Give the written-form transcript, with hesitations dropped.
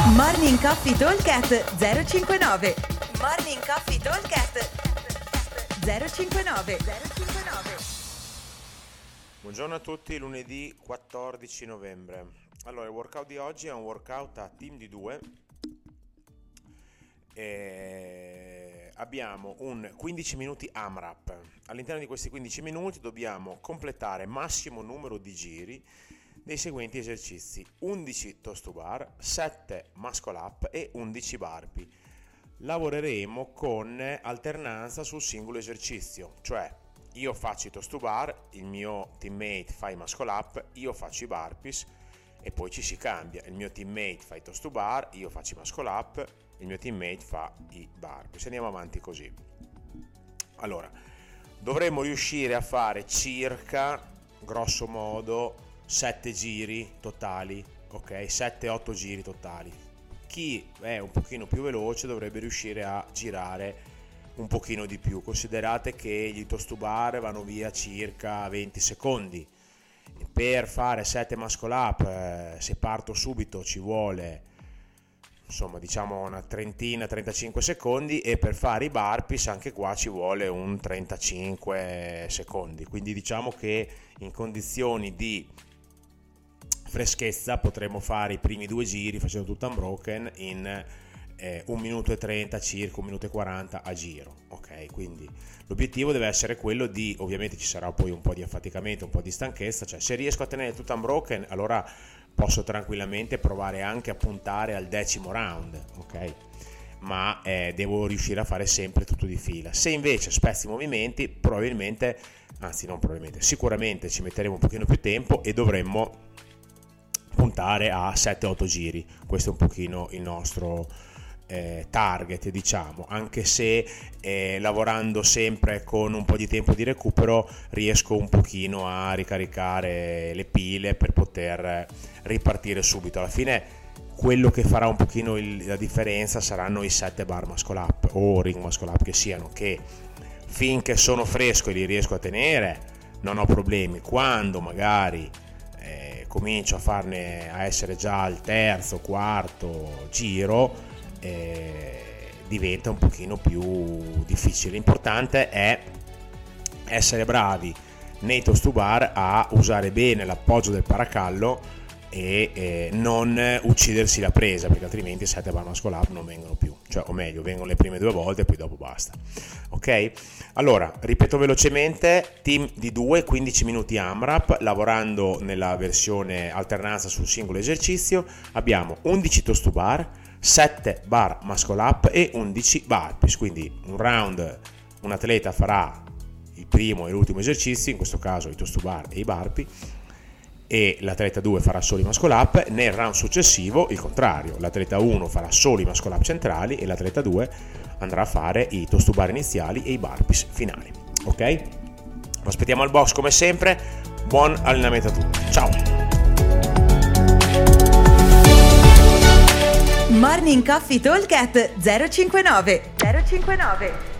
Morning Coffee Talkcast 059. Morning Coffee Talkcast 059. Buongiorno a tutti, lunedì 14 novembre. Allora, il workout di oggi è un workout a team di 2. Abbiamo un 15 minuti AMRAP. All'interno di questi 15 minuti dobbiamo completare massimo numero di giri dei seguenti esercizi: 11 toast to bar, 7 muscle up e 11 burpee. Lavoreremo con alternanza sul singolo esercizio, cioè io faccio i toast to bar, il mio teammate fa i muscle up, io faccio i burpees e poi ci si cambia. Il mio teammate fa i toast to bar, io faccio i muscle up, il mio teammate fa i burpees. Andiamo avanti così. Allora, dovremmo riuscire a fare circa, grosso modo, 7 giri totali, ok? 7-8 giri totali. Chi è un pochino più veloce dovrebbe riuscire a girare un pochino di più. Considerate che gli toast to bar vanno via circa 20 secondi. Per fare 7 muscle up, se parto subito ci vuole insomma diciamo una trentina, 35 secondi, e per fare i burpees anche qua ci vuole un 35 secondi. Quindi diciamo che in condizioni di freschezza potremo fare i primi 2 giri facendo tutto unbroken in 1 minuto e 30 circa, 1 minuto e 40 a giro, ok? Quindi l'obiettivo deve essere quello di, ovviamente ci sarà poi un po' di affaticamento, un po' di stanchezza, cioè se riesco a tenere tutto unbroken allora posso tranquillamente provare anche a puntare al 10° round, ok? Ma devo riuscire a fare sempre tutto di fila. Se invece spezzo i movimenti, sicuramente ci metteremo un pochino più tempo e dovremmo puntare a 7-8 giri. Questo è un pochino il nostro target, diciamo, anche se lavorando sempre con un po' di tempo di recupero riesco un pochino a ricaricare le pile per poter ripartire subito. Alla fine quello che farà un pochino la differenza saranno i 7 bar muscle up o ring muscle up che siano, che finché sono fresco e li riesco a tenere non ho problemi. Quando magari comincio a essere già al 3º, 4º giro, diventa un pochino più difficile. L'importante è essere bravi nei toast to bar a usare bene l'appoggio del paracallo e non uccidersi la presa, perché altrimenti 7 bar muscle up non vengono più, cioè, o meglio, vengono le prime 2 volte e poi dopo basta, ok? Allora, ripeto velocemente: team di 2, 15 minuti AMRAP, lavorando nella versione alternanza sul singolo esercizio. Abbiamo 11 toast to bar, 7 bar muscle up e 11 burpees. Quindi un round un atleta farà il primo e l'ultimo esercizio, in questo caso i toast to bar e i burpee, e l'atleta 2 farà solo i muscle up. Nel round successivo il contrario, l'atleta 1 farà solo i muscle up centrali e l'atleta 2 andrà a fare i toast to bar iniziali e i burpees finali, ok? Lo aspettiamo al box come sempre. Buon allenamento a tutti, ciao! Morning Coffee Talkcast 059.